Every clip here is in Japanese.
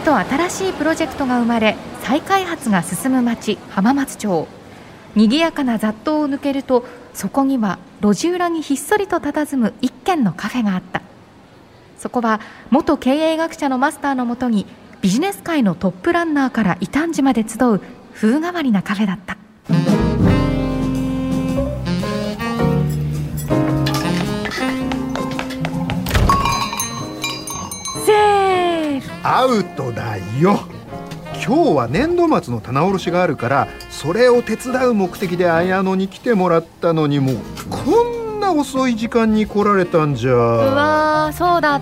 と新しいプロジェクトが生まれ、再開発が進む町浜松町。賑やかな雑踏を抜けると、そこには路地裏にひっそりと佇む一軒のカフェがあった。そこは元経営学者のマスターのもとに、ビジネス界のトップランナーから異端児まで集う風変わりなカフェだった。セーフ。 アウトだよ。今日は年度末の棚卸しがあるから、それを手伝う目的で綾野に来てもらったのに、もうこんな遅い時間に来られたんじゃ。うわー、そうだった。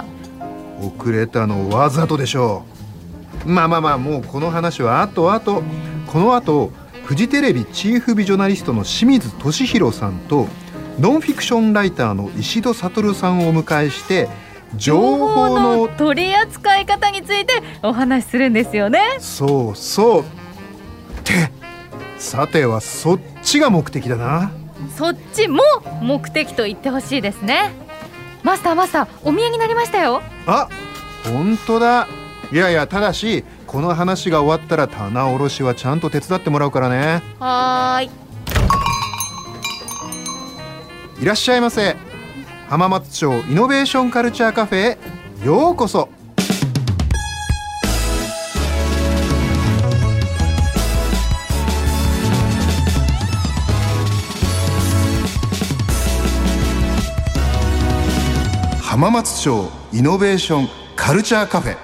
遅れたのわざとでしょう。まあもうこの話は後。この後フジテレビチーフビジョナリストの清水俊弘さんとノンフィクションライターの石戸悟さんをお迎えして、情報の取り扱い方についてお話しするんですよね。 そうってさてはそっちが目的だな。 そっちも目的と言ってほしいですね。マスターお見えになりましたよ。 あ、本当だ。いやただしこの話が終わったら棚卸しはちゃんと手伝ってもらうからね。 はーい。 いらっしゃいませ。浜松町イノベーションカルチャーカフェへようこそ。浜松町イノベーションカルチャーカフェ。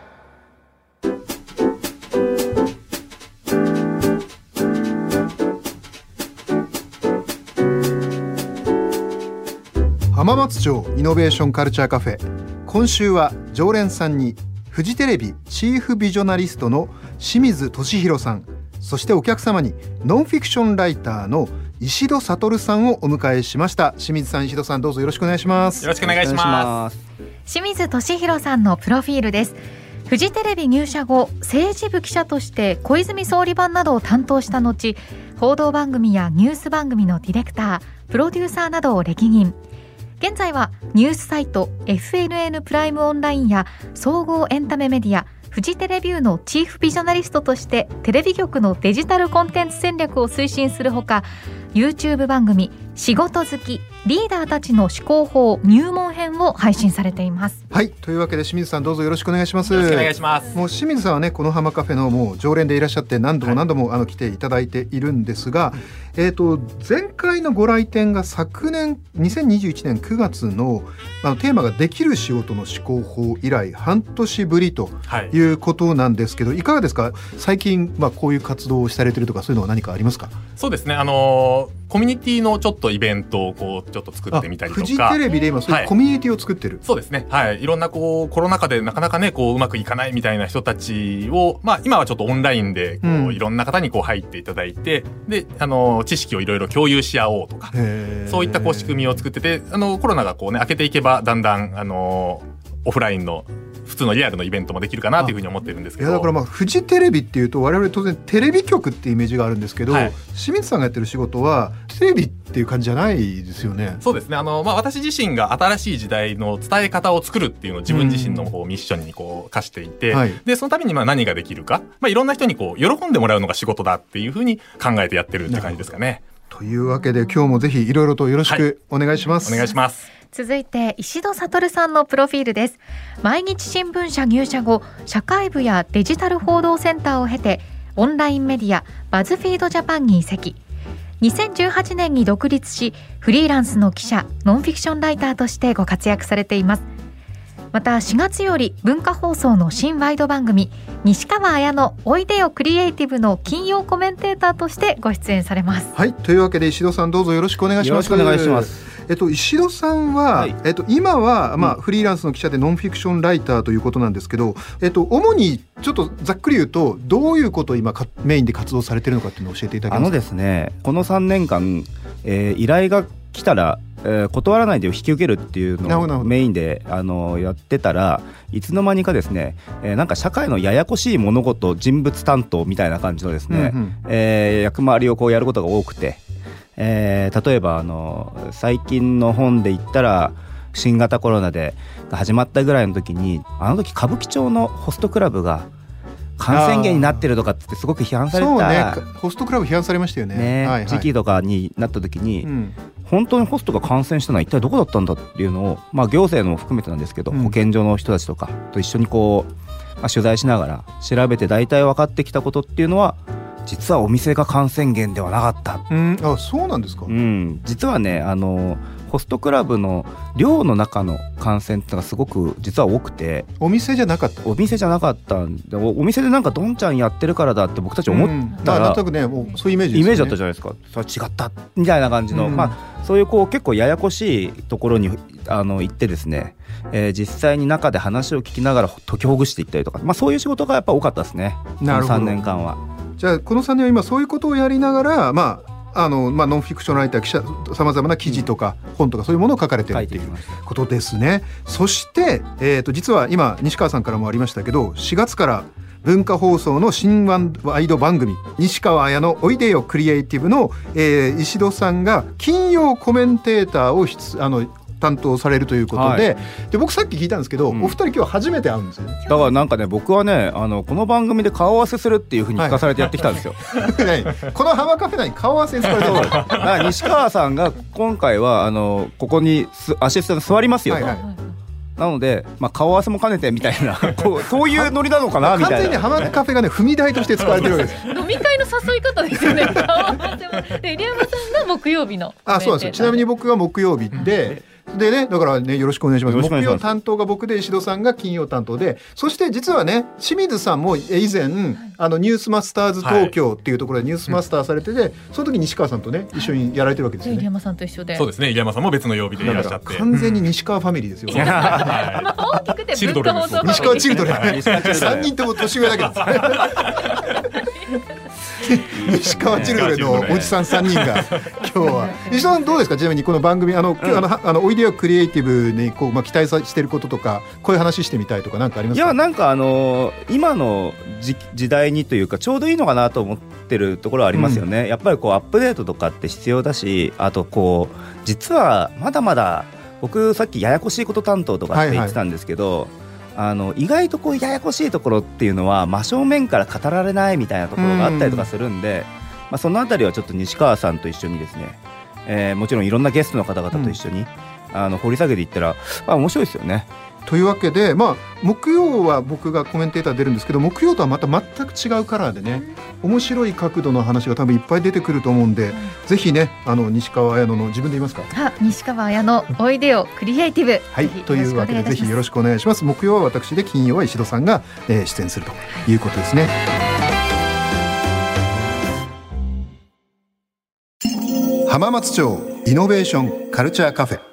浜松町イノベーションカルチャーカフェ、今週は常連さんにフジテレビチーフビジョナリストの清水俊弘さん、そしてお客様にノンフィクションライターの石戸悟さんをお迎えしました。清水さん、石戸さん、どうぞよろしくお願いします。 よろしくお願いします。 清水俊弘さんのプロフィールです。フジテレビ入社後、政治部記者として小泉総理版などを担当した後、報道番組やニュース番組のディレクター、プロデューサーなどを歴任。現在はニュースサイト FNN プライムオンラインや総合エンタメメディアフジテレビューのチーフビジョナリストとしてテレビ局のデジタルコンテンツ戦略を推進するほか、 YouTube 番組仕事好きリーダーたちの思考法入門編を配信されています。 はい、というわけで清水さん、どうぞよろしくお願いします。 よろしくお願いします。 もう清水さんはね、この浜カフェのもう常連でいらっしゃって、何度も来ていただいているんですが、前回のご来店が昨年2021年9月のテーマができる仕事の思考法以来半年ぶりということなんですけど、いかがですか？最近こういう活動をされているとか、そういうのは何かありますか？ そうですね、コミュニティのちょっとイベントをちょっと作ってみたりとか、 フジテレビで今そういうコミュニティを作ってる、 そうですね、はい、いろんなコロナ禍でなかなかねうまくいかないみたいな人たちを、今はちょっとオンラインでいろんな方に入っていただいて、で知識をいろいろ共有し合おうとか、そういった仕組みを作ってて、コロナが明けていけばだんだんオフラインの普通のリアルのイベントもできるかなというふうに思ってるんですけど。 だからフジテレビっていうと我々当然テレビ局っていうイメージがあるんですけど、 はい、 清水さんがやってる仕事はテレビっていう感じじゃないですよね。 そうですね、私自身が新しい時代の伝え方を作るっていうのを自分自身のミッションに課していて、でそのために何ができるか、いろんな人に喜んでもらうのが仕事だっていうふうに考えてやってるって感じですかね。 というわけで今日もぜひいろいろとよろしくお願いします。 お願いします。 続いて石戸悟さんのプロフィールです。毎日新聞社入社後、社会部やデジタル報道センターを経てオンラインメディアバズフィードジャパンに移籍。2018年に独立し、フリーランスの記者、ノンフィクションライターとしてご活躍されています。また4月より文化放送の新ワイド番組西川綾のおいでよクリエイティブの金曜コメンテーターとしてご出演されます。 はい、というわけで石戸さん、どうぞよろしくお願いします。 よろしくお願いします。 石戸さんは、今は、フリーランスの記者でノンフィクションライターということなんですけど、主にちょっとざっくり言うとどういうことを今メインで活動されているのかっていうのを教えていただけますか？ ですね、この3年間、依頼が来たら断らないで引き受けるっていうのをメインでやってたら、いつの間にかですね、なんか社会のややこしい物事人物担当みたいな感じのですね、役回りをやることが多くて、例えば最近の本で言ったら新型コロナで始まったぐらいの時に、あの時歌舞伎町のホストクラブが感染源になってるとかってすごく批判された、 そうね、ホストクラブ批判されましたよね、はいはい、 時期とかになった時に、本当にホストが感染したのは一体どこだったんだっていうのを、行政のも含めてなんですけど、保健所の人たちとかと一緒にこう、取材しながら調べて大体分かってきたことっていうのは、実はお店が感染源ではなかった。 あ、そうなんですか。 実はね、ホストクラブの寮の中の感染ってのがすごく実は多くて、 お店じゃなかった。 お店じゃなかったんで、お店でなんかどんちゃんやってるからだって僕たち思ったら、 なんとなくね、もうそういうイメージですよね。 イメージだったじゃないですか。それは違ったみたいな感じの、そういうこう結構ややこしいところに行ってですね、実際に中で話を聞きながら解きほぐしていったりとか、そういう仕事がやっぱ多かったですね。 なるほど。 3年間は。 じゃあこの3年は今そういうことをやりながら、ノンフィクションライター、記者、さまざまな記事とか本とかそういうものを書かれているということですね。そして、実は今西川さんからもありましたけど、4月から文化放送の新ワイド番組西川綾のおいでよクリエイティブの、石戸さんが金曜コメンテーターを担当されるということで、で僕さっき聞いたんですけど、お二人今日初めて会うんですよね。 だからなんかね、僕はね、この番組で顔合わせするっていう風に聞かされてやってきたんですよ、 このハマカフェ内に顔合わせに使われてるだから西川さんが今回はここにアシスタント座りますよと、なので、顔合わせも兼ねてみたいなそういうノリなのかなみたいな。 完全にハマカフェがね、踏み台として使われてるわけです。 飲み会の誘い方ですよね。顔合わせもで、入山さんが木曜日のそうなんですよ。ちなみに僕は木曜日でね、だからね、よろしくお願いします。木曜担当が僕で、石戸さんが金曜担当で、そして実はね、清水さんも以前ニュースマスターズ東京っていうところでニュースマスターされてて、その時西川さんとね一緒にやられてるわけですよね。 入山さんと一緒で。 そうですね、入山さんも別の曜日でいらっしゃって、 完全に西川ファミリーですよ。 大きくてチルドレンです。 西川チルドレン3人とも年上だけど西川チルドレンのおじさん3人が今日は。石戸さんどうですか。ちなみにこの番組おいでよクリエイティブにこう、期待してることとか、こういう話してみたいとか何かありますか。 いや、なんか今の時代にというかちょうどいいのかなと思ってるところはありますよね、やっぱりこうアップデートとかって必要だし、あとこう実はまだまだ僕さっきややこしいこと担当とかって言ってたんですけど、意外とこうややこしいところっていうのは真正面から語られないみたいなところがあったりとかするんで、そのあたりはちょっと西川さんと一緒にですね、もちろんいろんなゲストの方々と一緒に、掘り下げていったら面白いですよね。 というわけで、木曜は僕がコメンテーター出るんですけど、木曜とはまた全く違うカラーでね、面白い角度の話が多分いっぱい出てくると思うんで、ぜひね、西川綾乃の、自分で言いますか、 西川綾乃おいでよクリエイティブ、 はい、というわけでぜひよろしくお願いします。木曜は私で、金曜は石戸さんが、出演するということですね。浜松町イノベーションカルチャーカフェ。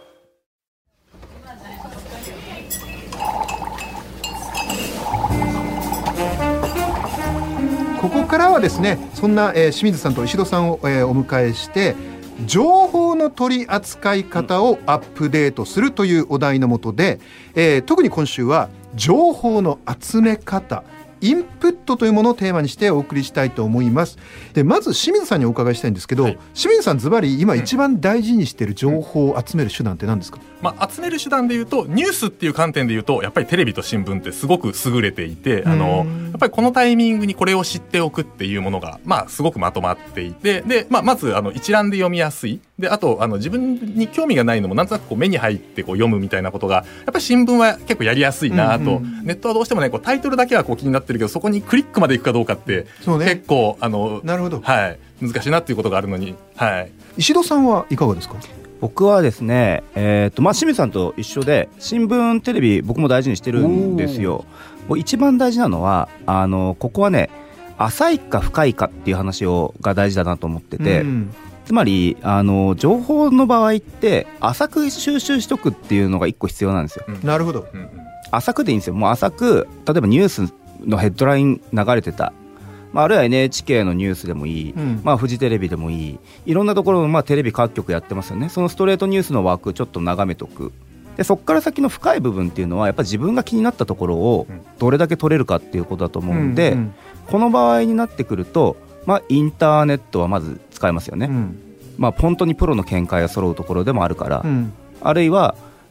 ここからはですね、そんな、清水さんと石戸さんを、お迎えして、情報の取り扱い方をアップデートするというお題の下で、特に今週は情報の集め方、インプットというものをテーマにしてお送りしたいと思います。でまず清水さんにお伺いしたいんですけど、清水さんズバリ今一番大事にしている情報を集める手段って何ですか。 集める手段でいうと、ニュースっていう観点でいうと、やっぱりテレビと新聞ってすごく優れていて、やっぱりこのタイミングにこれを知っておくっていうものが、すごくまとまっていて、で、まず一覧で読みやすいで、あと自分に興味がないのもなんとなくこう目に入ってこう読むみたいなことが、やっぱり新聞は結構やりやすいなと、ネットはどうしてもね、こうタイトルだけはこう気になってるけど、そこにクリックまでいくかどうかって、結構なるほど、 はい、難しいなっていうことがあるのに、はい。 石戸さんはいかがですか。 僕はですね、清水さんと一緒で新聞テレビ僕も大事にしてるんですよ。一番大事なのはここはね、浅いか深いかっていう話が大事だなと思ってて、つまり情報の場合って浅く収集しとくっていうのが一個必要なんですよ。 なるほど、 浅くでいいんですよ。もう浅く、例えばニュースのヘッドライン流れてた、あるいは NHK のニュースでもいい、フジテレビでもいい、いろんなところの、テレビ各局やってますよね。そのストレートニュースの枠ちょっと眺めとく。でそこから先の深い部分っていうのはやっぱり自分が気になったところをどれだけ取れるかっていうことだと思うんで、この場合になってくると、インターネットはまず使えますよね。本当にプロの見解が揃うところでもあるから、あるいは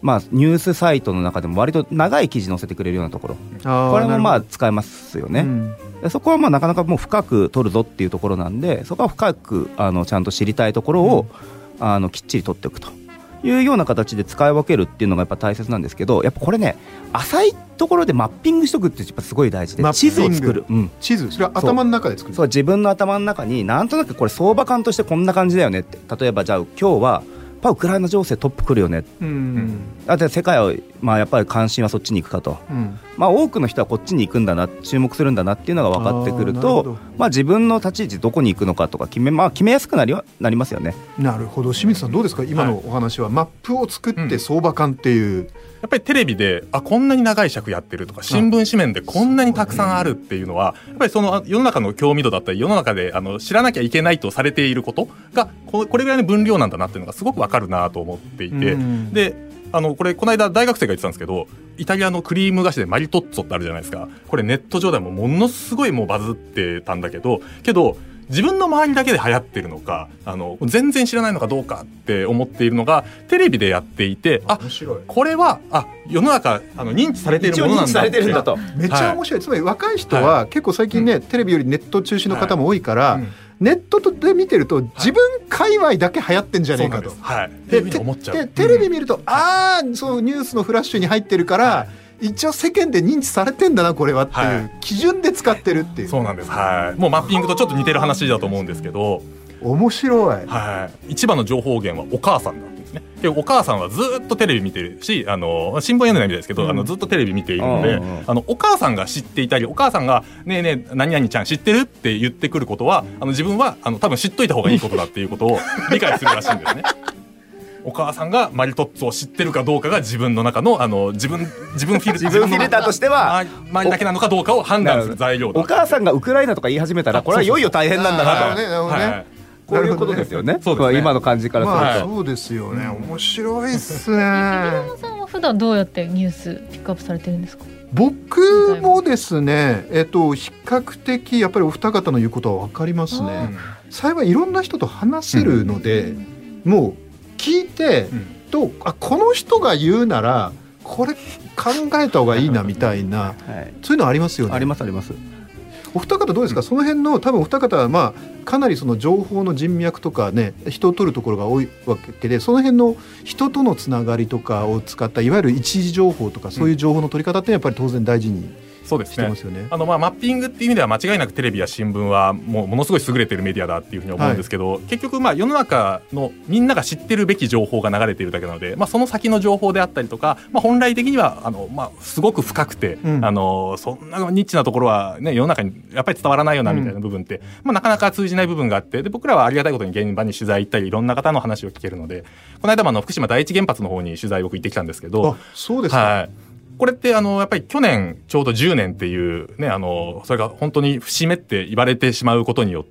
まあ、ニュースサイトの中でも割と長い記事載せてくれるようなところ、これもまあ使えますよね、そこはまあなかなかもう深く取るぞっていうところなんで、そこは深くちゃんと知りたいところを、きっちり取っていくというような形で使い分けるっていうのがやっぱ大切なんですけど、やっぱこれね、浅いところでマッピングしとくってやっぱすごい大事で、地図を作る、 地図、それは頭の中で作る。 そう、自分の頭の中になんとなくこれ相場感としてこんな感じだよねって、例えばじゃあ今日はウクライナ情勢トップ来るよね、だって世界は、まあ、やっぱり関心はそっちに行くかと、まあ、多くの人はこっちに行くんだな、注目するんだなっていうのが分かってくると、まあ、自分の立ち位置どこに行くのかとか決めやすくなりますよね。 なるほど。清水さんどうですか、今のお話は、マップを作って相場感っていう、 やっぱりテレビでこんなに長い尺やってるとか、新聞紙面でこんなにたくさんあるっていうのは、やっぱりその世の中の興味度だったり、世の中で知らなきゃいけないとされていることがこれぐらいの分量なんだなっていうのがすごくわかるなと思っていて、でこの間大学生が言ってたんですけど、イタリアのクリーム菓子でマリトッツォってあるじゃないですか。これネット上でもものすごいもうバズってたんだけど自分の周りだけで流行ってるのか、全然知らないのかどうかって思っているのがテレビでやっていて、これは世の中認知されているものなんだって、 めっちゃ面白い、つまり若い人は結構最近ね、テレビよりネット中心の方も多いから、ネットで見てると自分界隈だけ流行ってんじゃねえかと、でテレビ見るとそうニュースのフラッシュに入ってるから、一応世間で認知されてんだなこれはっていう基準で使ってるっていう、 そうなんです、もうマッピングとちょっと似てる話だと思うんですけど、 面白い、 一番の情報源はお母さんなんですね。でお母さんはずっとテレビ見てるし、新聞読んでないみたいですけど、ずっとテレビ見ているので、お母さんが知っていたり、お母さんがねえねえ何々ちゃん知ってるって言ってくることは、自分は多分知っといた方がいいことだっていうことを理解するらしいんですね。お母さんがマリトッツォを知ってるかどうかが自分の中の自分フィルターとしては周りだけなのかどうかを判断する材料だ。 お母さんがウクライナとか言い始めたら、これはいよいよ大変なんだなと、こういうことですよね。今の感じからすると、 そうですよね。面白いっすね。 日比さんは普段どうやってニュースピックアップされてるんですか？ 僕もですね、比較的やっぱりお二方の言うことは分かりますね。幸いいろんな人と話せるので、もう聞いて、この人が言うならこれ考えた方がいいなみたいな、そういうのありますよね。 ありますあります。 お二方どうですか、その辺の多分お二方はかなりその情報の人脈とかね、人を取るところが多いわけで、その辺の人とのつながりとかを使ったいわゆる一時情報とか、そういう情報の取り方ってやっぱり当然大事にしてますよね。 マッピングっていう意味では間違いなくテレビや新聞はものすごい優れてるメディアだっていうふうに思うんですけど、結局世の中のみんなが知ってるべき情報が流れているだけなので、その先の情報であったりとか、本来的にはすごく深くて、そんなニッチなところは、ね、世の中にやっぱり伝わらないよなみたいな部分って、なかなか通じない部分があって、で僕らはありがたいことに現場に取材行ったりいろんな方の話を聞けるので、この間も福島第一原発の方に取材僕行ってきたんですけど。 そうですか。 これってやっぱり去年ちょうど10年っていうね、それが本当に節目って言われてしまうことによって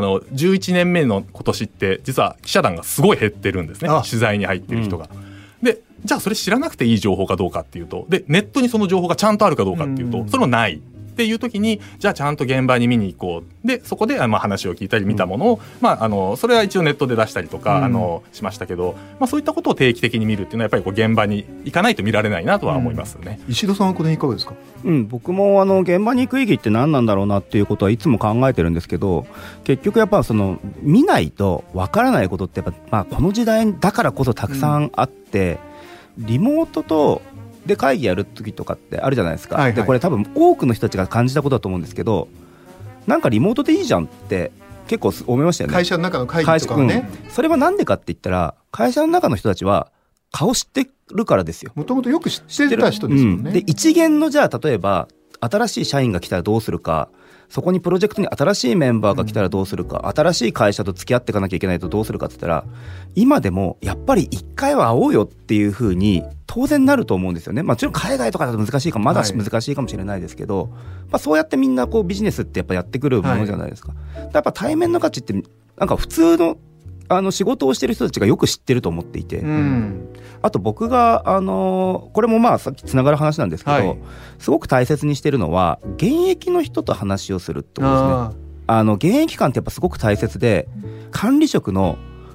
、11年目の今年って実は記者団がすごい減ってるんですね、取材に入ってる人が。でじゃあそれ知らなくていい情報かどうかっていうと、でネットにその情報がちゃんとあるかどうかっていうと、それもないっていう時に、じゃあちゃんと現場に見に行こう、でそこで話を聞いたり見たものを、それは一応ネットで出したりとか、しましたけど、そういったことを定期的に見るっていうのはやっぱり現場に行かないと見られないなとは思いますね。 石戸さんはこれいかがですか？ 僕も現場に行く意義って何なんだろうなっていうことはいつも考えてるんですけど、結局やっぱ見ないとわからないことってやっぱ、この時代だからこそたくさんあって、リモートとで会議やる時とかってあるじゃないですか、でこれ多分多くの人たちが感じたことだと思うんですけど、なんかリモートでいいじゃんって結構思いましたよね。 会社の中の会議とかはね、 それはなんでかって言ったら、会社の中の人たちは顔知ってるからですよ。 もともとよく知ってた人ですもんね。 で一元のじゃあ例えば新しい社員が来たらどうするか、そこにプロジェクトに新しいメンバーが来たらどうするか、新しい会社と付き合っていかなきゃいけないとどうするかって言ったら、今でもやっぱり一回は会おうよっていう風に当然なると思うんですよね。もちろん海外とかだと難しいか、まだ難しいかもしれないですけど、そうやってみんなビジネスってやっぱやってくるものじゃないですか。やっぱ対面の価値ってなんか普通の仕事をしてる人たちがよく知ってると思っていて、あと僕がこれもさっきつながる話なんですけど、すごく大切にしてるのは現役の人と話をするってことですね。現役感ってやっぱすごく大切で、管理職の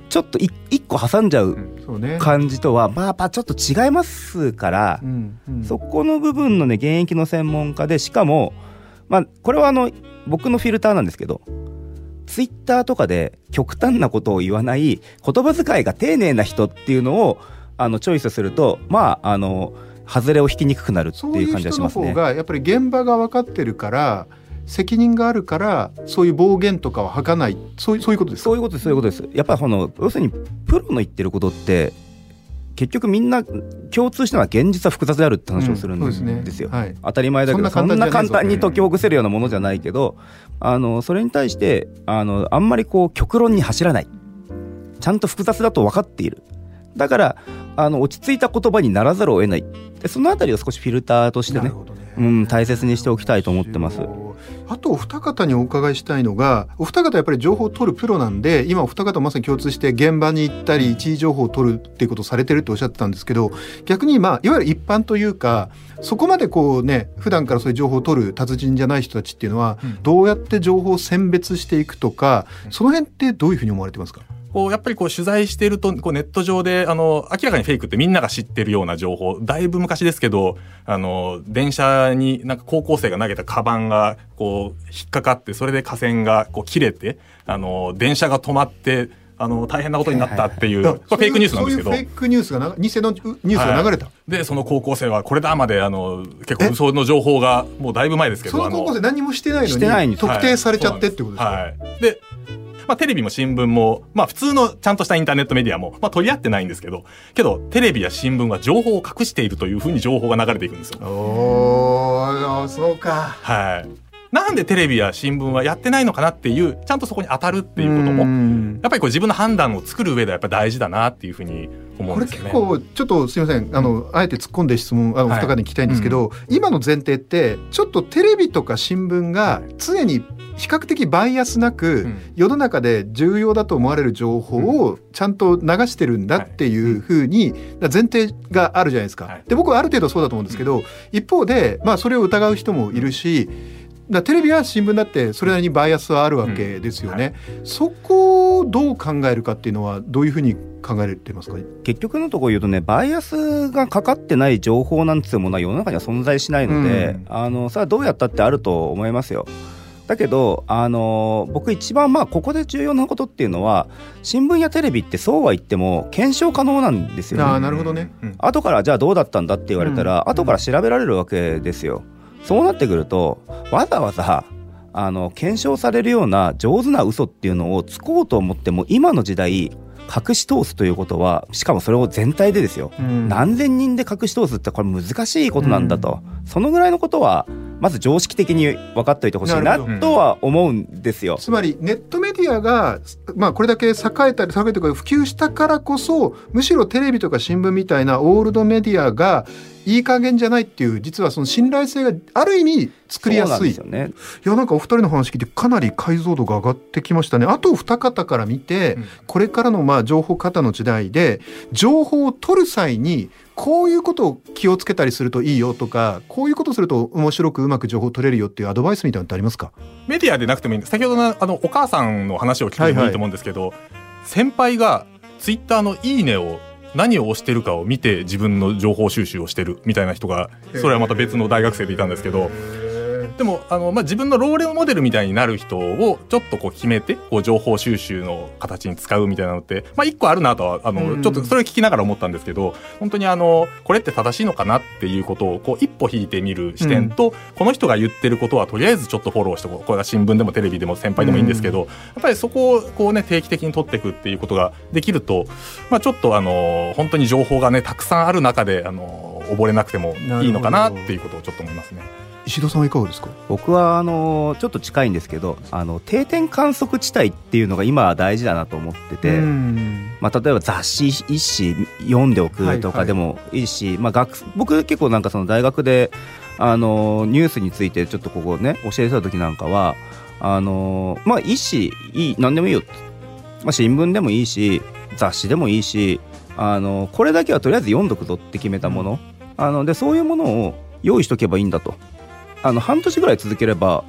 ちょっと一個挟んじゃう感じとはまあちょっと違いますから、そこの部分のね現役の専門家で、しかもこれは僕のフィルターなんですけど、ツイッターとかで極端なことを言わない言葉遣いが丁寧な人っていうのをチョイスすると外れを引きにくくなるっていう感じがしますね。 そういう人の方がやっぱり現場が分かってるから責任があるからそういう暴言とかは吐かない、そういうことですか？ そういうことです。やっぱり要するにプロの言ってることって結局みんな共通したのは現実は複雑であるって話をするんですよ、当たり前だけどそんな簡単に解きほぐせるようなものじゃないけど、それに対してあんまり極論に走らない、ちゃんと複雑だと分かっている、だから落ち着いた言葉にならざるを得ない、でそのあたりを少しフィルターとしてね、大切にしておきたいと思ってます。 あとお二方にお伺いしたいのが、お二方やっぱり情報を取るプロなんで、今お二方まさに共通して現場に行ったり一時情報を取るっていうことをされてるっておっしゃってたんですけど、逆にいわゆる一般というかそこまで普段からそういう情報を取る達人じゃない人たちっていうのは、どうやって情報を選別していくとか、その辺ってどういうふうに思われてますか？ やっぱり取材しているとネット上で明らかにフェイクってみんなが知ってるような情報、だいぶ昔ですけど電車に高校生が投げたカバンが引っかかって、それで架線が切れて電車が止まって大変なことになったっていう、これフェイクニュースなんですけど、 そういうフェイクニュースが偽のニュースが流れた、 でその高校生はこれだまで結構嘘の情報がもうだいぶ前ですけど、 その高校生何もしてないのに特定されちゃってってことですか？ でテレビも新聞も、普通のちゃんとしたインターネットメディアも、取り合ってないんですけどテレビや新聞は情報を隠しているというふうに情報が流れていくんですよ。 そうか。 なんでテレビや新聞はやってないのかなっていう、ちゃんとそこに当たるっていうこともやっぱり自分の判断を作る上ではやっぱり大事だなっていうふうに思うんですよね。 これ結構ちょっとすみません、あえて突っ込んで質問お二方に聞きたいんですけど、今の前提ってちょっとテレビとか新聞が常に比較的バイアスなく、世の中で重要だと思われる情報をちゃんと流してるんだっていうふうに前提があるじゃないですか。で僕はある程度そうだと思うんですけど、一方でそれを疑う人もいるし、テレビや新聞だってそれなりにバイアスはあるわけですよね、そこをどう考えるかっていうのはどういうふうに考えてますか？ 結局のところ言うとね、バイアスがかかってない情報なんていうものは世の中には存在しないので、それはどうやったってあると思いますよ。だけど僕一番ここで重要なことっていうのは、新聞やテレビってそうは言っても検証可能なんですよね。 なるほどね、 後からじゃあどうだったんだって言われたら、後から調べられるわけですよ。そうなってくるとわざわざ検証されるような上手な嘘っていうのをつこうと思っても、今の時代隠し通すということは、しかもそれを全体でですよ、何千人で隠し通すってこれ難しいことなんだと、そのぐらいのことはまず常識的に分かっておいてほしいなとは思うんですよ。 つまりネットメディアが、これだけ栄えたりとか普及したからこそ、むしろテレビとか新聞みたいなオールドメディアがいい加減じゃないっていう、実はその信頼性がある意味作りやすい。 そうなんですよね。 いやお二人の話聞いてかなり解像度が上がってきましたね。あと二方から見て、これからの情報過多の時代で情報を取る際にこういうことを気をつけたりするといいよとか、こういうことすると面白くうまく情報を取れるよっていうアドバイスみたいなのってありますか？ メディアでなくてもいいんです。先ほどのお母さんの話を聞いてもいいと思うんですけど、先輩がツイッターのいいねを何を押してるかを見て自分の情報収集をしてるみたいな人が、それはまた別の大学生でいたんですけど、でも自分のロールモデルみたいになる人をちょっと決めて情報収集の形に使うみたいなのって一個あるなとはちょっとそれを聞きながら思ったんですけど、本当にこれって正しいのかなっていうことを一歩引いてみる視点と、この人が言ってることはとりあえずちょっとフォローしてこれが新聞でもテレビでも先輩でもいいんですけど、やっぱりそこを定期的に取っていくっていうことができると、ちょっと本当に情報がたくさんある中で溺れなくてもいいのかなっていうことをちょっと思いますね。 石戸さんはいかがですか？ 僕はちょっと近いんですけど、定点観測地帯っていうのが今大事だなと思ってて、例えば雑誌一紙読んでおくとかでもいいし、僕結構その大学でニュースについてちょっとここね教えてた時なんかは一紙何でもいいよ、新聞でもいいし雑誌でもいいし、これだけはとりあえず読んどくぞって決めたもの、でそういうものを用意しとけばいいんだと。半年ぐらい続ければ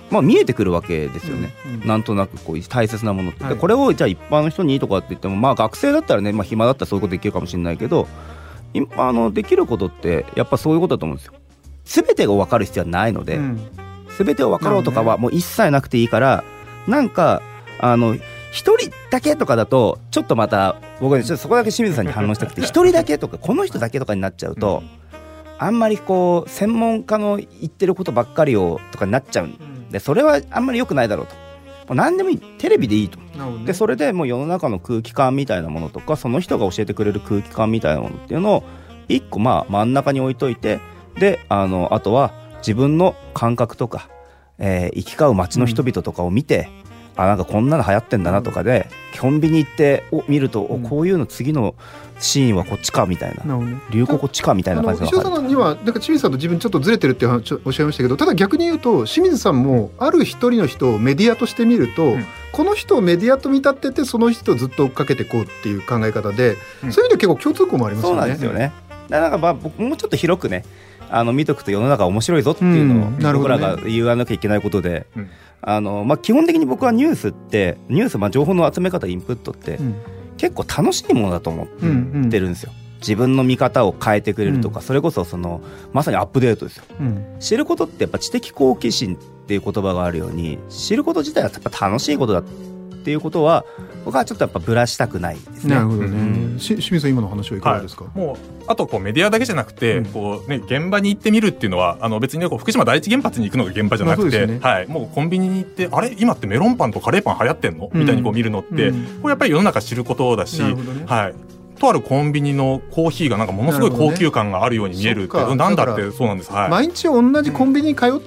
見えてくるわけですよね、なんとなくこう大切なものって、でこれをじゃあ一般の人にとかって言っても、学生だったらね、暇だったらそういうことできるかもしれないけど、できることってやっぱそういうことだと思うんですよ。全てが分かる必要はないので、全てを分かろうとかはもう一切なくていいから、なんか一人だけとかだとちょっとまた僕はちょっとそこだけ清水さんに反応したくて、一人だけとかこの人だけとかになっちゃうと、あんまりこう専門家の言ってることばっかりをとかになっちゃうんで、それはあんまり良くないだろうと。もう何でもいい、テレビでいいと。でそれでもう世の中の空気感みたいなものとか、その人が教えてくれる空気感みたいなものっていうのを一個真ん中に置いといて、であとは自分の感覚とか、行き交う街の人々とかを見て、なんかこんなの流行ってんだなとかで、コンビニ行って見ると、こういうの次のシーンはこっちかみたいな、流行こっちかみたいな感じで石尾さんにはなんか清水さんと自分ちょっとずれてるっておっしゃいましたけど、ただ逆に言うと清水さんもある一人の人をメディアとして見ると、この人をメディアと見立ててその人をずっと追っかけていこうっていう考え方で、そういう意味では結構共通項もありますよね。 そうなんですよね。だから僕もうちょっと広くね、見とくと世の中面白いぞっていうのを僕らが言わなきゃいけないことで、基本的に僕はニュース、情報の集め方、インプットって結構楽しいものだと思ってるんですよ。自分の見方を変えてくれるとか、それこそまさにアップデートですよ。知ることってやっぱ知的好奇心っていう言葉があるように、知ること自体はやっぱ楽しいことだっていうことは僕はちょっとやっぱぶらしたくないですね。 なるほどね。清水さん今の話はいかがですか？ もうあとメディアだけじゃなくて、現場に行ってみるっていうのは別に福島第一原発に行くのが現場じゃなくて、もうコンビニに行って、あれ今ってメロンパンとカレーパン流行ってんのみたいに見るのって、これやっぱり世の中知ることだし、とあるコンビニのコーヒーがなんかものすごい高級感があるように見えるって、なんだって。そうなんです。 毎日同じコンビニに通って、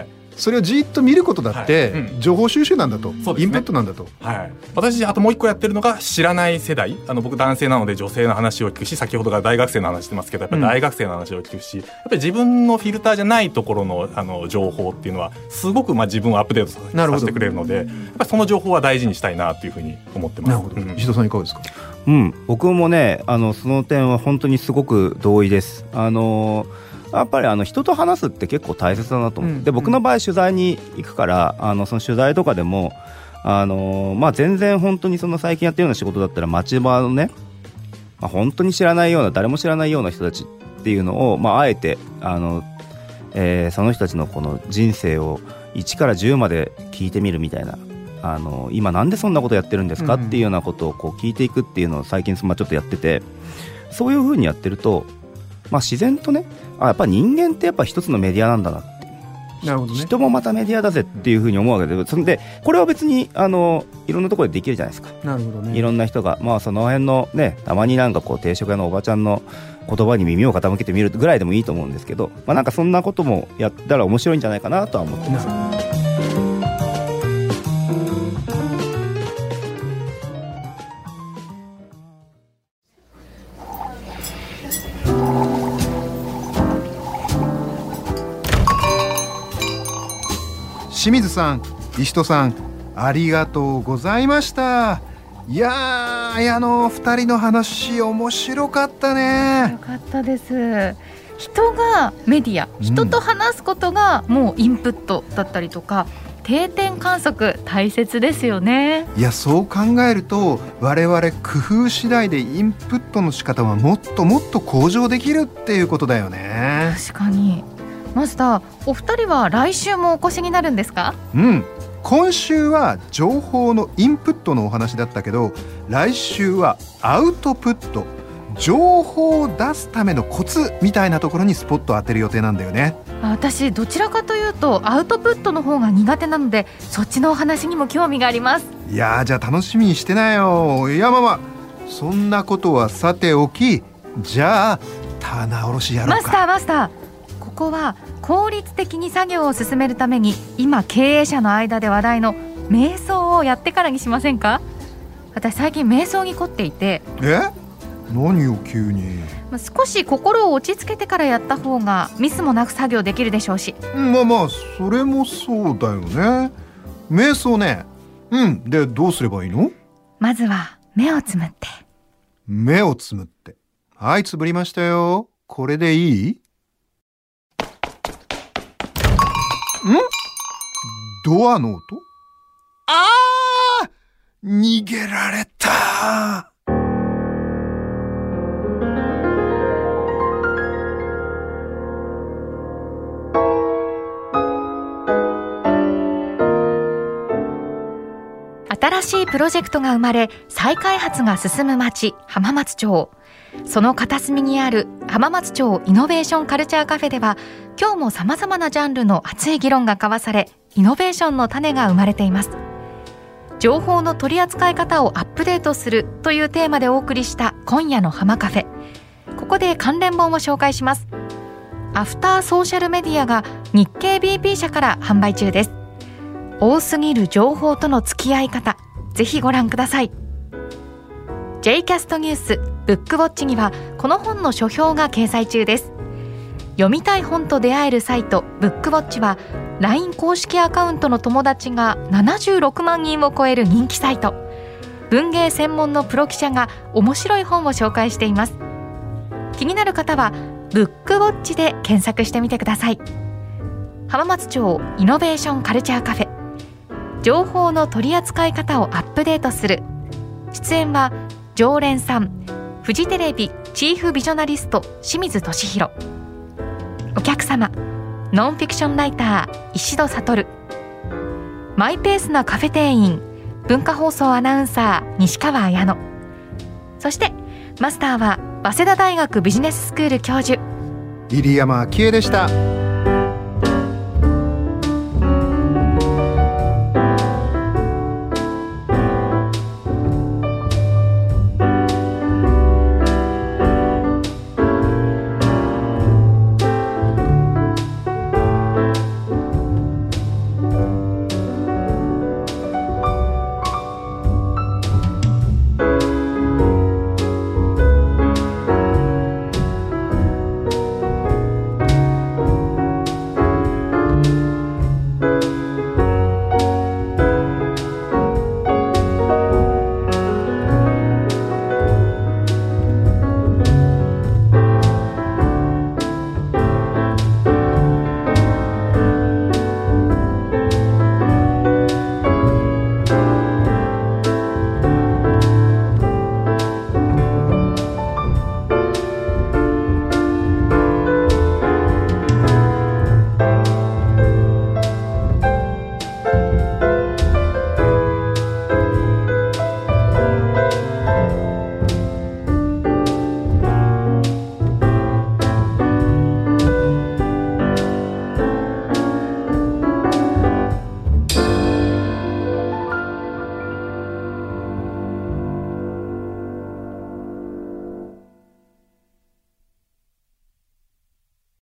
それをじーっと見ることだって情報収集なんだと、インプットなんだと。 私あともう一個やってるのが知らない世代、僕男性なので女性の話を聞くし、先ほどから大学生の話してますけど、やっぱり大学生の話を聞くし、やっぱり自分のフィルターじゃないところの情報っていうのはすごく自分をアップデートさせてくれるので、やっぱりその情報は大事にしたいなというふうに思ってます。 石戸さんいかがですか？ 僕もねその点は本当にすごく同意です。やっぱり人と話すって結構大切だなと思って、で僕の場合取材に行くから、その取材とかでも全然本当に最近やってるような仕事だったら町場のね、本当に知らないような、誰も知らないような人たちっていうのを、あえてその人たちのこの人生を1から10まで聞いてみるみたいな、今なんでそんなことやってるんですかっていうようなことを聞いていくっていうのを最近ちょっとやってて、そういう風にやってると自然とね、やっぱ人間ってやっぱ一つのメディアなんだなって。なるほどね。人もまたメディアだぜっていうふうに思うわけで、それでこれは別にいろんなところでできるじゃないですか。 なるほどね。 いろんな人がその辺のね、たまになんか定食屋のおばちゃんの言葉に耳を傾けてみるぐらいでもいいと思うんですけど、なんかそんなこともやったら面白いんじゃないかなとは思ってます。 清水さん、石戸さん、ありがとうございました。いや2人の話面白かったね。 よかったです。人がメディア、人と話すことがもうインプットだったりとか、定点観測大切ですよね。 いや、そう考えると我々工夫次第でインプットの仕方はもっともっと向上できるっていうことだよね。 確かに。マスター、お二人は来週もお越しになるんですか？ 今週は情報のインプットのお話だったけど、来週はアウトプット、情報を出すためのコツみたいなところにスポットを当てる予定なんだよね。 私どちらかというとアウトプットの方が苦手なので、そっちのお話にも興味があります。 いや、じゃあ楽しみにしてなよ。いや、そんなことはさておき、じゃあ棚卸しやろうか。 マスター、ここは効率的に作業を進めるために今経営者の間で話題の瞑想をやってからにしませんか？私最近瞑想に凝っていて。 何を急に。 少し心を落ち着けてからやった方がミスもなく作業できるでしょうし。 それもそうだよね。瞑想ね。でどうすればいいの？ まずは目をつむって。 目をつむって。はい、つぶりましたよ。これでいい？ ドアの音？あー、逃げられた。 新しいプロジェクトが生まれ、再開発が進む町、浜松町。その片隅にある浜松町イノベーションカルチャーカフェでは、今日も様々なジャンルの熱い議論が交わされ、イノベーションの種が生まれています。情報の取り扱い方をアップデートするというテーマでお送りした今夜の浜カフェ。ここで関連本を紹介します。アフターソーシャルメディアが日経 BP 社から販売中です。多すぎる情報との付き合い方、ぜひご覧ください。 J キャストニュースブックウォッチにはこの本の書評が掲載中です。読みたい本と出会えるサイトブックウォッチは LINE 公式アカウントの友達が76万人を超える人気サイト。文芸専門のプロ記者が面白い本を紹介しています。気になる方はブックウォッチで検索してみてください。浜松町イノベーションカルチャーカフェ、情報の取り扱い方をアップデートする。出演は常連さん、フジテレビチーフビジョナリスト清水俊弘。お客様、ノンフィクションライター石戸悟。マイペースなカフェ店員、文化放送アナウンサー西川綾乃。そしてマスターは早稲田大学ビジネススクール教授入山喜恵でした。